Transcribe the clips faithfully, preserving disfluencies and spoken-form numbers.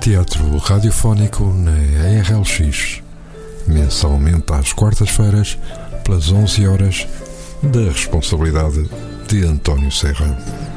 Teatro radiofónico na R L X, mensalmente às quartas-feiras, pelas onze horas, da responsabilidade de António Serra.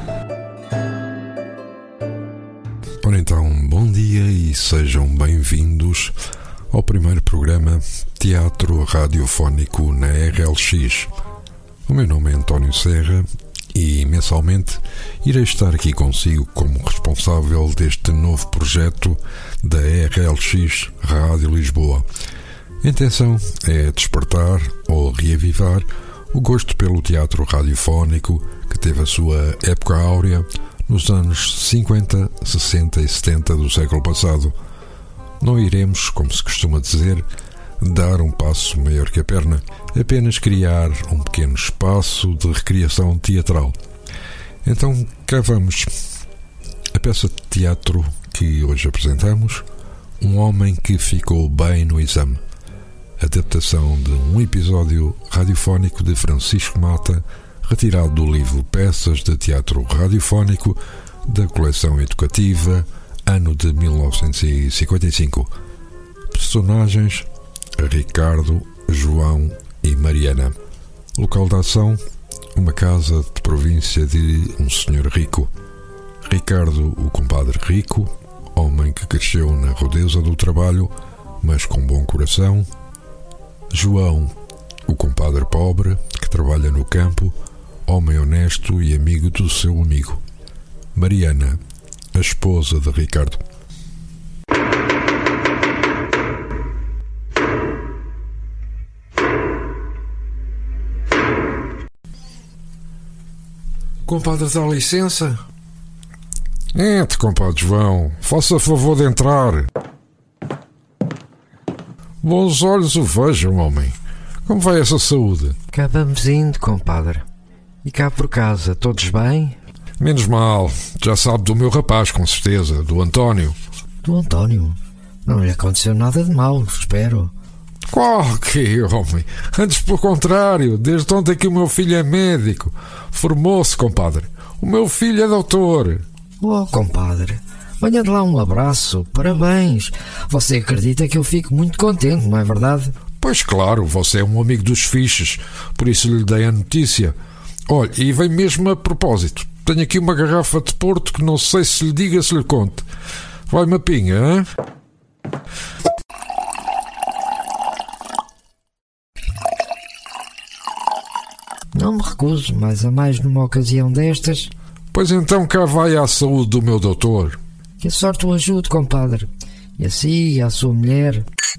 Ora então, bom dia e sejam bem-vindos ao primeiro programa Teatro radiofónico na R L X. O meu nome é António Serra e mensalmente irei estar aqui consigo como responsável deste novo projeto da R L X Rádio Lisboa. A intenção é despertar ou reavivar o gosto pelo teatro radiofónico que teve a sua época áurea nos anos cinquenta, sessenta e setenta do século passado. Não iremos, como se costuma dizer, dar um passo maior que a perna, apenas criar um pequeno espaço de recriação teatral. Então, cá vamos. A peça de teatro que hoje apresentamos, Um Homem que Ficou Bem no Exame, adaptação de um episódio radiofónico de Francisco Mata, retirado do livro Peças de Teatro Radiofónico da coleção educativa, ano de mil novecentos e cinquenta e cinco. Personagens: Ricardo, João e Mariana. Local da ação: uma casa de província de um senhor rico. Ricardo, o compadre rico, homem que cresceu na rudeza do trabalho, mas com bom coração. João, o compadre pobre, que trabalha no campo, homem honesto e amigo do seu amigo. Mariana, a esposa de Ricardo. Compadre, dá licença? Entre, compadre João, faça favor de entrar. Bons olhos o vejam, homem. Como vai essa saúde? Cá vamos indo, compadre. E cá por casa, todos bem? Menos mal, já sabe do meu rapaz, com certeza, do António. Do António? Não lhe aconteceu nada de mal, espero. Qual que, homem? Antes pelo contrário, desde ontem que o meu filho é médico. Formou-se, compadre. O meu filho é doutor. Oh, compadre, venha de lá um abraço, parabéns. Você acredita que eu fico muito contente, não é verdade? Pois claro, você é um amigo dos fiches, por isso lhe dei a notícia. Olha, e vem mesmo a propósito. Tenho aqui uma garrafa de Porto que não sei se lhe diga, se lhe conte. Vai uma pinga, hein? Não me recuso, mas a mais numa ocasião destas. Pois então cá vai à saúde do meu doutor. Que a sorte o ajude, compadre. E a si e à sua mulher.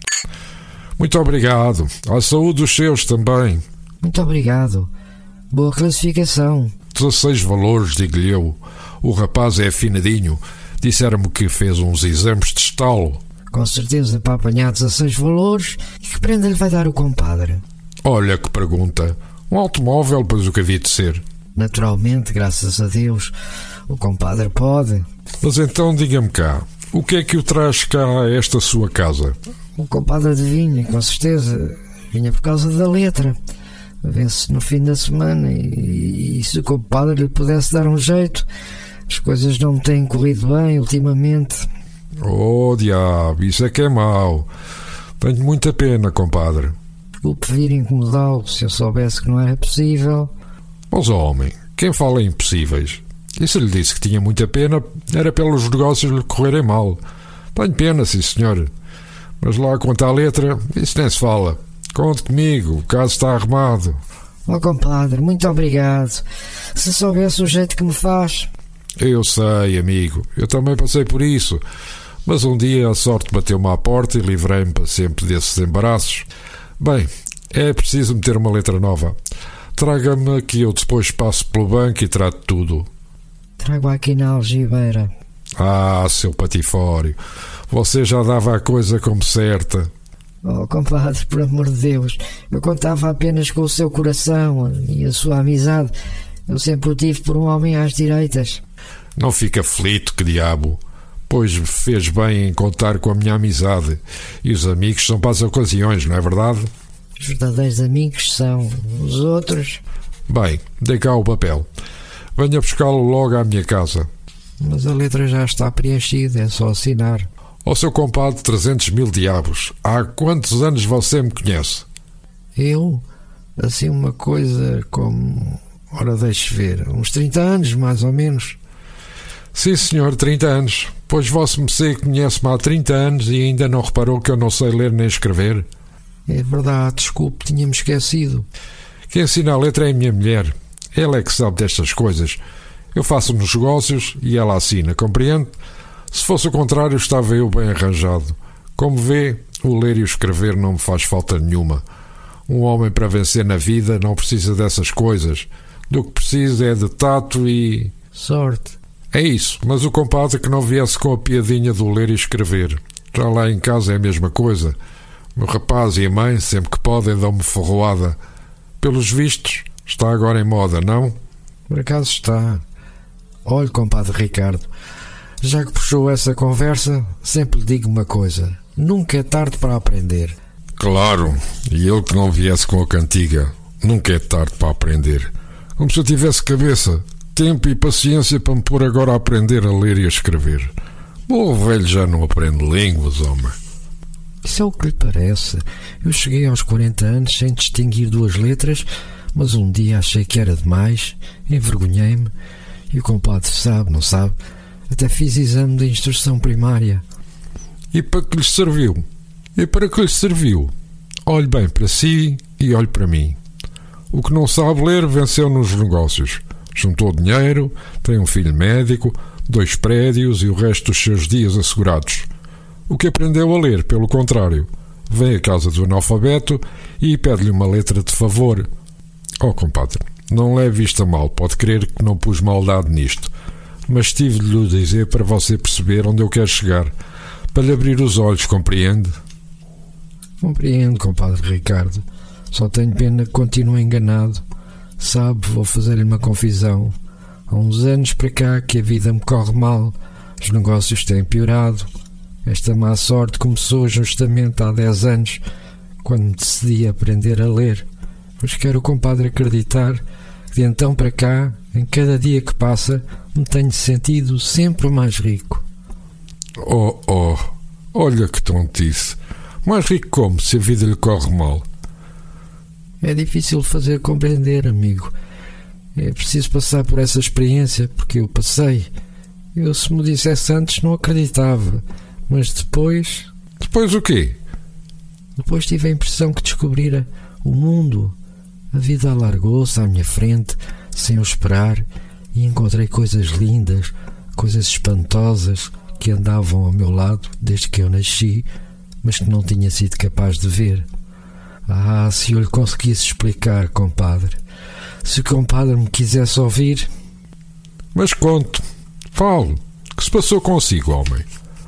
Muito obrigado. À saúde dos seus também. Muito obrigado. Boa classificação. dezasseis valores, digo-lhe eu. O rapaz é afinadinho. Disseram-me que fez uns exames de estalo. Com certeza para apanhar dezasseis valores. E que prenda lhe vai dar o compadre? Olha que pergunta. Um automóvel, pois o que havia de ser. Naturalmente, graças a Deus, o compadre pode. Mas então diga-me cá, o que é que o traz cá a esta sua casa? O compadre adivinha, com certeza. Vinha por causa da letra. Vence no fim da semana e, e se o compadre lhe pudesse dar um jeito. As coisas não me têm corrido bem ultimamente. Oh, diabo, isso é que é mau. Tenho muita pena, compadre. Desculpe vir incomodá-lo, se eu soubesse que não era possível. Mas, homem, quem fala em impossíveis? E se lhe disse que tinha muita pena, era pelos negócios lhe correrem mal. Tenho pena, sim, senhor. Mas lá quanto à letra, isso nem se fala. Conte comigo, o caso está arrumado. Oh, compadre, muito obrigado. Se soubesse o jeito que me faz... Eu sei, amigo, eu também passei por isso. Mas um dia a sorte bateu-me à porta e livrei-me para sempre desses embaraços. Bem, é preciso meter uma letra nova. Traga-me que eu depois passo pelo banco e trato tudo. Trago aqui na algibeira. Ah, seu patifório, você já dava a coisa como certa. Oh, compadre, por amor de Deus, eu contava apenas com o seu coração e a sua amizade. Eu sempre o tive por um homem às direitas. Não fique aflito, que diabo, pois fez bem em contar com a minha amizade. E os amigos são para as ocasiões, não é verdade? Os verdadeiros amigos são os outros. Bem, dê cá o papel. Venha buscá-lo logo à minha casa. Mas a letra já está preenchida, é só assinar. Ó seu compadre, trezentos mil diabos, há quantos anos você me conhece? Eu? Assim uma coisa como... Ora, deixe ver, uns trinta anos, mais ou menos. Sim, senhor, trinta anos. Pois vosso Messê conhece-me há trinta anos e ainda não reparou que eu não sei ler nem escrever? É verdade, desculpe, tinha-me esquecido. Quem ensina a letra é a minha mulher. Ela é que sabe destas coisas. Eu faço nos negócios e ela assina, compreende? Se fosse o contrário, estava eu bem arranjado. Como vê, o ler e o escrever não me faz falta nenhuma. Um homem para vencer na vida não precisa dessas coisas. Do que precisa é de tato e... sorte. É isso, mas o compadre que não viesse com a piadinha do ler e escrever. Já lá em casa é a mesma coisa. O meu rapaz e a mãe, sempre que podem, dão-me ferroada. Pelos vistos, está agora em moda, não? Por acaso está. Olhe, compadre Ricardo, já que puxou essa conversa, sempre lhe digo uma coisa. Nunca é tarde para aprender. Claro, e ele que não viesse com a cantiga. Nunca é tarde para aprender. Como se eu tivesse cabeça, tempo e paciência para me pôr agora a aprender a ler e a escrever. O velho já não aprende línguas, homem. Isso é o que lhe parece. Eu cheguei aos quarenta anos sem distinguir duas letras, mas um dia achei que era demais, envergonhei-me, e o compadre sabe, não sabe, até fiz exame de instrução primária. E para que lhe serviu? E para que lhe serviu? Olhe bem para si e olhe para mim. O que não sabe ler venceu nos negócios. Juntou dinheiro, tem um filho médico, dois prédios e o resto dos seus dias assegurados. O que aprendeu a ler, pelo contrário, vem à casa do analfabeto e pede-lhe uma letra de favor. Oh, compadre, não leve isto a mal, pode crer que não pus maldade nisto, mas tive de lhe dizer para você perceber onde eu quero chegar, para lhe abrir os olhos, compreende? Compreendo, compadre Ricardo. Só tenho pena que continue enganado. Sabe, vou fazer-lhe uma confissão. Há uns anos para cá que a vida me corre mal. Os negócios têm piorado. Esta má sorte começou justamente há dez anos, quando me decidi a aprender a ler. Pois quero o compadre acreditar que de então para cá, em cada dia que passa, me tenho sentido sempre mais rico. Oh, oh, olha que tontice. Mais rico como, se a vida lhe corre mal? É difícil fazer compreender, amigo. É preciso passar por essa experiência, porque eu passei. Eu, se me dissesse antes, não acreditava. Mas depois... Depois o quê? Depois tive a impressão que descobrira o mundo. A vida alargou-se à minha frente, sem eu esperar, e encontrei coisas lindas, coisas espantosas, que andavam ao meu lado desde que eu nasci, mas que não tinha sido capaz de ver. Ah, se eu lhe conseguisse explicar, compadre. Se o compadre me quisesse ouvir... Mas conte, fale, que se passou consigo, homem?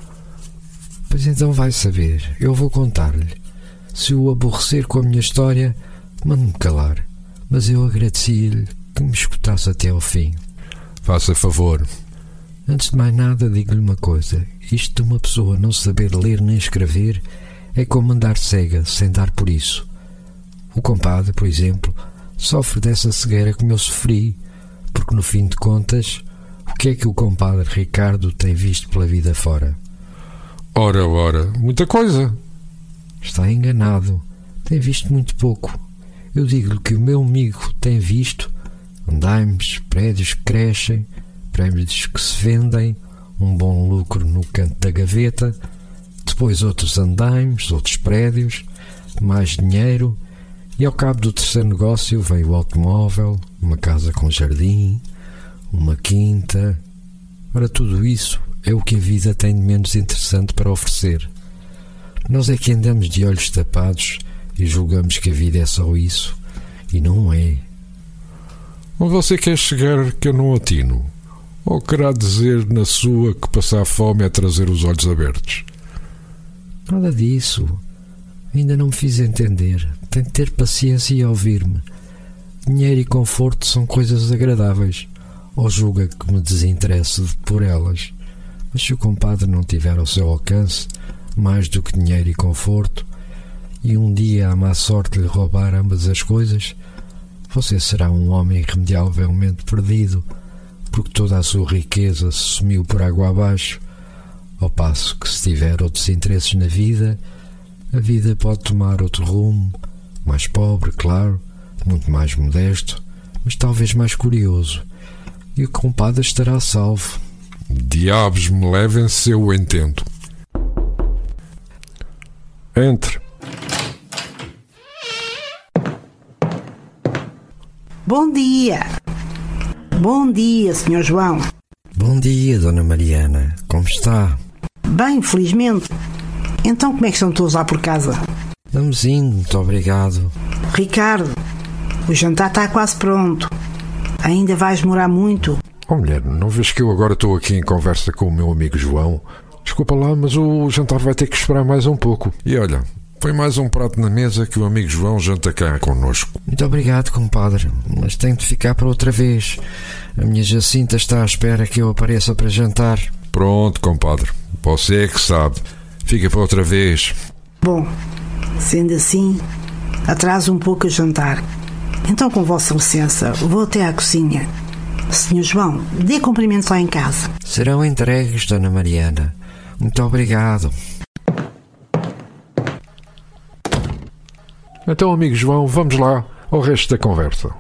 Pois então vai saber, eu vou contar-lhe. Se o aborrecer com a minha história, mande-me calar, mas eu agradeci-lhe que me escutasse até ao fim. Faça favor. Antes de mais nada, digo-lhe uma coisa. Isto de uma pessoa não saber ler nem escrever é como andar cega, sem dar por isso. O compadre, por exemplo, sofre dessa cegueira como eu sofri, porque no fim de contas, o que é que o compadre Ricardo tem visto pela vida fora? Ora, ora, muita coisa. Está enganado. Tem visto muito pouco. Eu digo-lhe que o meu amigo tem visto andaimes, prédios que crescem, prédios que se vendem, um bom lucro no canto da gaveta, depois outros andaimes, outros prédios, mais dinheiro, e ao cabo do terceiro negócio vem o automóvel, uma casa com jardim, uma quinta. Ora, tudo isso é o que a vida tem de menos interessante para oferecer. Nós é que andamos de olhos tapados e julgamos que a vida é só isso, e não é. Onde você quer chegar que eu não atino? Ou querá dizer na sua que passar fome é trazer os olhos abertos? Nada disso. Ainda não me fiz entender. Tem de ter paciência e ouvir-me. Dinheiro e conforto são coisas agradáveis. Ou julga que me desinteresso por elas. Mas se o compadre não tiver ao seu alcance mais do que dinheiro e conforto, e um dia a má sorte lhe roubar ambas as coisas, você será um homem irremediavelmente perdido, porque toda a sua riqueza se sumiu por água abaixo, Ao passo que, se tiver outros interesses na vida, a vida pode tomar outro rumo, mais pobre, claro, muito mais modesto, mas talvez mais curioso, e o compadre estará salvo. Diabos me levem se eu o entendo. Entre. Bom dia. Bom dia, senhor João. Bom dia, dona Mariana. Como está? Bem, felizmente. Então, como é que estão todos lá por casa? Vamos indo, muito obrigado. Ricardo, o jantar está quase pronto. Ainda vais demorar muito? Oh, mulher, não vês que eu agora estou aqui em conversa com o meu amigo João? Desculpa lá, mas o jantar vai ter que esperar mais um pouco. E olha, foi mais um prato na mesa que o amigo João janta cá connosco. Muito obrigado, compadre, mas tenho de ficar para outra vez. A minha Jacinta está à espera que eu apareça para jantar. Pronto, compadre, você é que sabe. Fica para outra vez. Bom, sendo assim, atraso um pouco a jantar. Então, com vossa licença, vou até à cozinha. senhor João, dê cumprimentos lá em casa. Serão entregues, dona Mariana. Muito obrigado. Então, amigo João, vamos lá ao resto da conversa.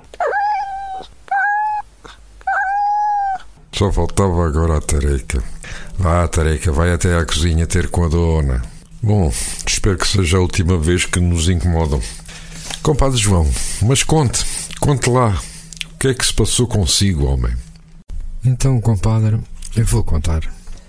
Só faltava agora a tareca. Vá, tareca, vai até à cozinha ter com a dona. Bom, espero que seja a última vez que nos incomodam. Compadre João, mas conte, conte lá. O que é que se passou consigo, homem? Então, compadre, eu vou contar.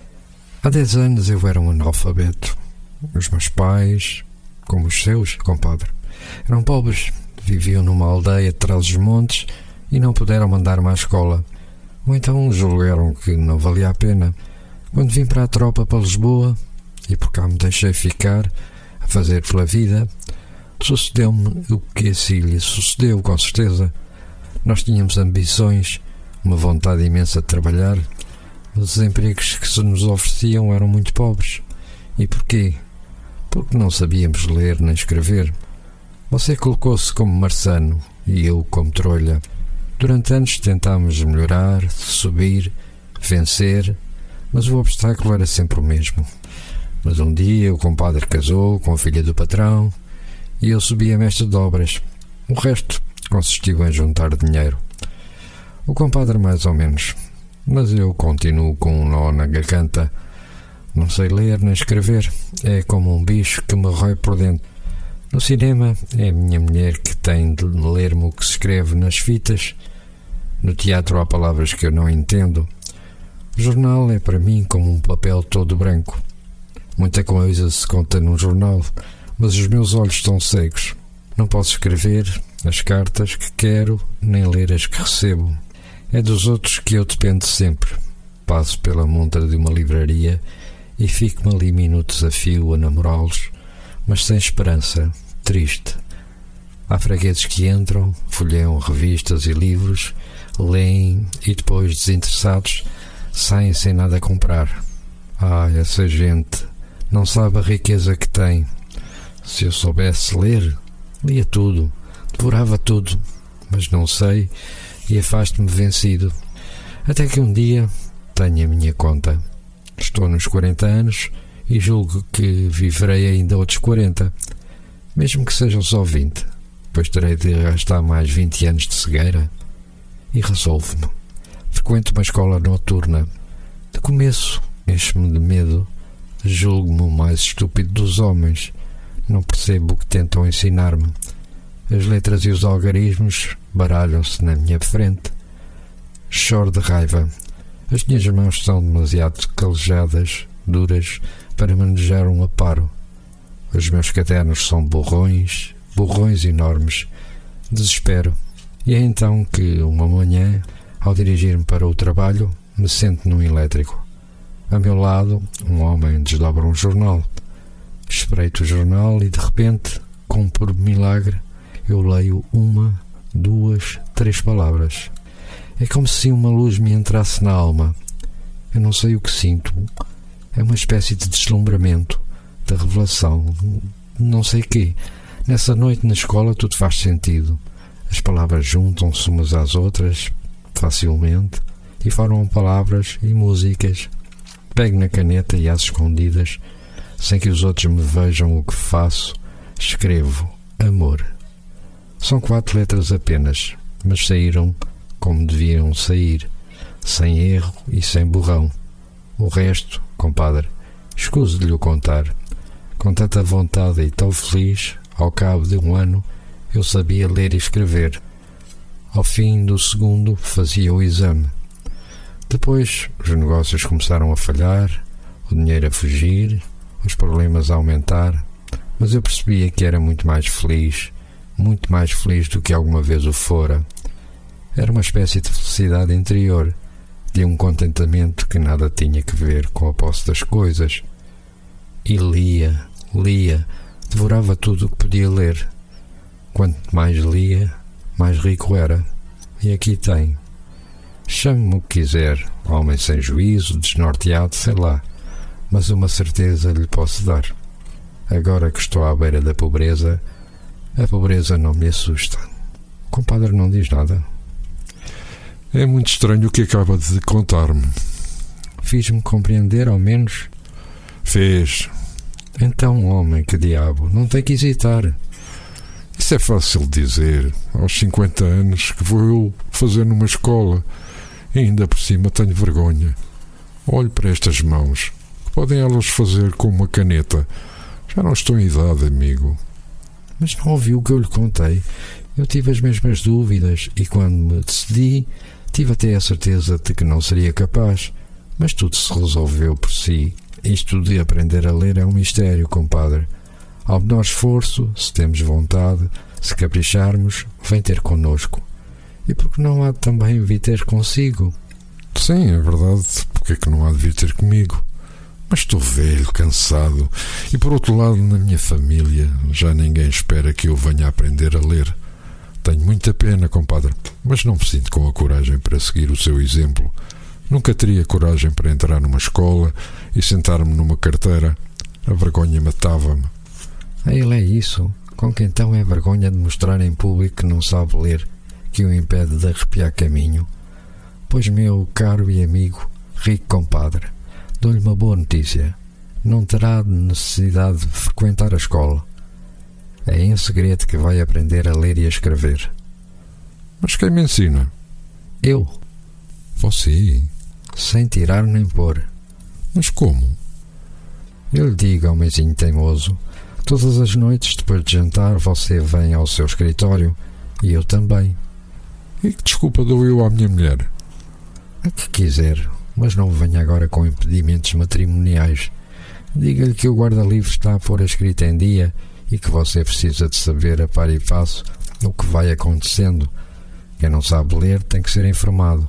Há dez anos eu era um analfabeto. Os meus pais, como os seus, compadre, eram pobres. Viviam numa aldeia atrás dos montes e não puderam mandar-me à escola. Ou então julgaram que não valia a pena. Quando vim para a tropa para Lisboa, e por cá me deixei ficar a fazer pela vida, sucedeu-me o que assim lhe sucedeu, com certeza. Nós tínhamos ambições, uma vontade imensa de trabalhar, mas os empregos que se nos ofereciam eram muito pobres. E porquê? Porque não sabíamos ler nem escrever. Você colocou-se como marçano e eu como trolha. Durante anos tentámos melhorar, subir, vencer, mas o obstáculo era sempre o mesmo. Mas um dia o compadre casou com a filha do patrão e eu subi a mestre de obras. O resto consistiu em juntar dinheiro. O compadre mais ou menos, mas eu continuo com um nó na garganta. Não sei ler nem escrever, é como um bicho que me rói por dentro. No cinema é a minha mulher que tem de ler-me o que se escreve nas fitas. No teatro há palavras que eu não entendo. O jornal é para mim como um papel todo branco. Muita coisa se conta num jornal, mas os meus olhos estão cegos. Não posso escrever as cartas que quero, nem ler as que recebo. É dos outros que eu dependo sempre. Passo pela montra de uma livraria e fico-me ali minutos a fio a namorá-los, mas sem esperança, triste. Há fregueses que entram, folheiam revistas e livros, leem e depois, desinteressados, saem sem nada a comprar. Ah, essa gente não sabe a riqueza que tem. Se eu soubesse ler, lia tudo, devorava tudo, mas não sei e afasto-me vencido. Até que um dia tenho a minha conta. Estou nos quarenta anos e julgo que viverei ainda outros quarenta, mesmo que sejam só vinte, pois terei de gastar mais vinte anos de cegueira. E resolvo-me. Frequento uma escola noturna. De começo, encho-me de medo. Julgo-me o mais estúpido dos homens. Não percebo o que tentam ensinar-me. As letras e os algarismos baralham-se na minha frente. Choro de raiva. As minhas mãos são demasiado calejadas, duras, para manejar um aparo. Os meus cadernos são borrões, borrões enormes. Desespero. E é então que, uma manhã, ao dirigir-me para o trabalho, me sento num elétrico. A meu lado, um homem desdobra um jornal. Espreito o jornal e, de repente, como por milagre, eu leio uma, duas, três palavras. É como se uma luz me entrasse na alma. Eu não sei o que sinto. É uma espécie de deslumbramento, de revelação, não sei quê. Nessa noite na escola tudo faz sentido. As palavras juntam-se umas às outras facilmente e formam palavras e músicas. pego na caneta e às escondidas, sem que os outros me vejam o que faço, escrevo amor. São quatro letras apenas, mas saíram como deviam sair, sem erro e sem borrão. O resto, compadre, escuso de lhe o contar. Com tanta vontade e tão feliz, ao cabo de um ano, eu sabia ler e escrever. Ao fim do segundo, fazia o exame. Depois, os negócios começaram a falhar, o dinheiro a fugir, os problemas a aumentar, mas eu percebia que era muito mais feliz, muito mais feliz do que alguma vez o fora. Era uma espécie de felicidade interior, de um contentamento que nada tinha que ver com a posse das coisas. E lia, lia, devorava tudo o que podia ler. Quanto mais lia, mais rico era. E aqui tem. Chame-me o que quiser, homem sem juízo, desnorteado, sei lá, mas uma certeza lhe posso dar. Agora que estou à beira da pobreza, a pobreza não me assusta. O compadre não diz nada. É muito estranho o que acaba de contar-me. Fiz-me compreender, ao menos? Fez. Então, homem, que diabo, não tem que hesitar. Isso é fácil dizer. Aos cinquenta anos que vou eu fazer numa escola e ainda por cima tenho vergonha. Olho para estas mãos. Que podem elas fazer com uma caneta? Já não estou em idade, amigo. Mas não ouviu o que eu lhe contei? Eu tive as mesmas dúvidas e quando me decidi, tive até a certeza de que não seria capaz. Mas tudo se resolveu por si. Isto de aprender a ler é um mistério, compadre. Ao menor esforço, se temos vontade, se capricharmos, vem ter connosco. E por que não há de também vir ter consigo? Sim, é verdade. Porque é que não há de vir ter comigo? Mas estou velho, cansado. E por outro lado, na minha família, já ninguém espera que eu venha a aprender a ler. Tenho muita pena, compadre, mas não me sinto com a coragem para seguir o seu exemplo. Nunca teria coragem para entrar numa escola e sentar-me numa carteira. A vergonha matava-me. Ele é isso. Com que então é vergonha de mostrar em público que não sabe ler, que o impede de arrepiar caminho? Pois, meu caro e amigo, rico compadre, dou-lhe uma boa notícia. Não terá necessidade de frequentar a escola. É em segredo que vai aprender a ler e a escrever. Mas quem me ensina? Eu. Você? Sem tirar nem pôr. Mas como? Eu lhe digo, homenzinho teimoso, todas as noites, depois de jantar, você vem ao seu escritório e eu também. E que desculpa dou eu à minha mulher? A que quiser, mas não venha agora com impedimentos matrimoniais. Diga-lhe que o guarda-livros está a pôr a escrita em dia e que você precisa de saber a par e passo o que vai acontecendo. Quem não sabe ler tem que ser informado.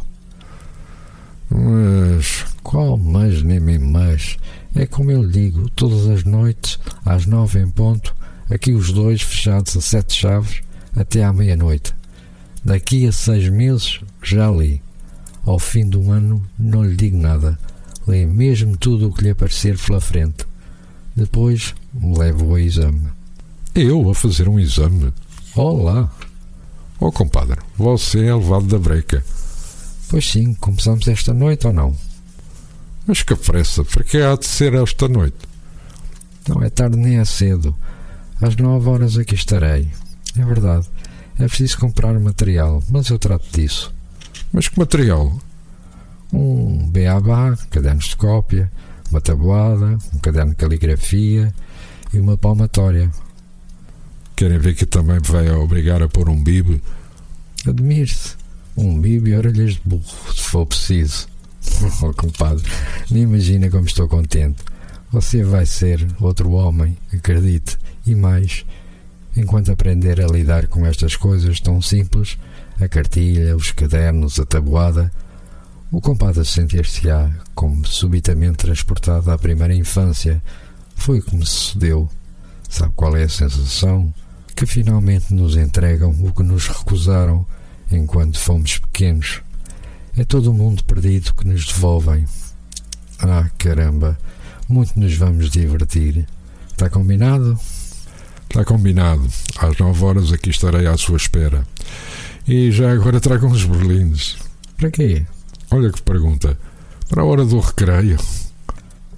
Mas... Qual mas nem nem mas? É como eu lhe digo, todas as noites, às nove em ponto, aqui os dois fechados a sete chaves, até à meia-noite. Daqui a seis meses já li. Ao fim do ano não lhe digo nada. Lê mesmo tudo o que lhe aparecer pela frente. Depois levo-o a exame. Eu a fazer um exame? Olá! Oh, compadre, você é levado da breca. Pois sim, começamos esta noite ou não? Mas que pressa, porque há de ser esta noite? Não é tarde nem é cedo. Às nove horas aqui estarei. É verdade, é preciso comprar material, mas eu trato disso. Mas que material? Um beabá, cadernos de cópia, uma tabuada, um caderno de caligrafia e uma palmatória. Querem ver que também vai obrigar a pôr um bibe? Admire-se. Um bibe e orelhas de burro, se for preciso. Oh, compadre, nem imagina como estou contente. Você vai ser outro homem, acredite. E mais, enquanto aprender a lidar com estas coisas tão simples, a cartilha, os cadernos, a tabuada, o compadre sentir-se-á como subitamente transportado à primeira infância. Foi o que me sucedeu. Sabe qual é a sensação? Que finalmente nos entregam o que nos recusaram enquanto fomos pequenos. É todo o mundo perdido que nos devolvem. Ah, caramba, muito nos vamos divertir. Está combinado? Está combinado. Às nove horas aqui estarei à sua espera. E já agora trago uns berlindes. Para quê? Olha que pergunta. Para a hora do recreio.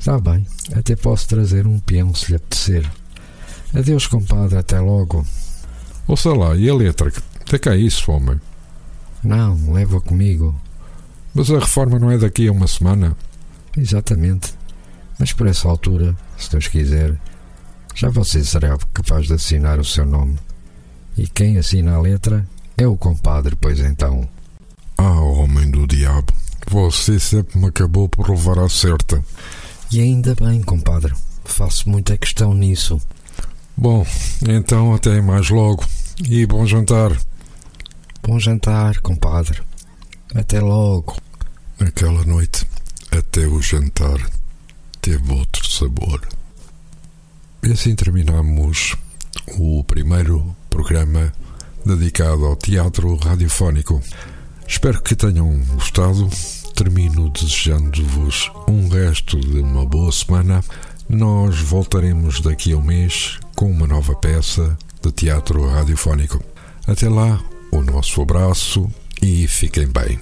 Está bem, até posso trazer um peão se lhe apetecer. Adeus, compadre, até logo. Ou sei lá, e a letra? Até cá é isso, homem? Não, leva comigo. Mas a reforma não é daqui a uma semana? Exatamente. Mas por essa altura, se Deus quiser, já você será capaz de assinar o seu nome. E quem assina a letra é o compadre, pois então. Ah, homem do diabo, você sempre me acabou por levar à certa. E ainda bem, compadre, faço muita questão nisso. Bom, então até mais logo. E bom jantar. Bom jantar, compadre. Até logo. Naquela noite, até o jantar, teve outro sabor. E assim terminamos o primeiro programa dedicado ao teatro radiofónico. Espero que tenham gostado. Termino desejando-vos um resto de uma boa semana. Nós voltaremos daqui a um mês com uma nova peça de teatro radiofónico. Até lá, o nosso abraço e fiquem bem.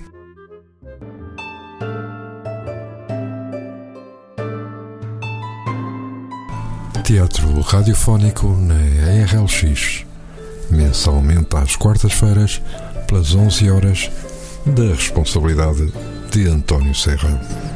Teatro radiofónico na R L X, mensalmente às quartas-feiras, pelas onze horas, da responsabilidade de António Serra.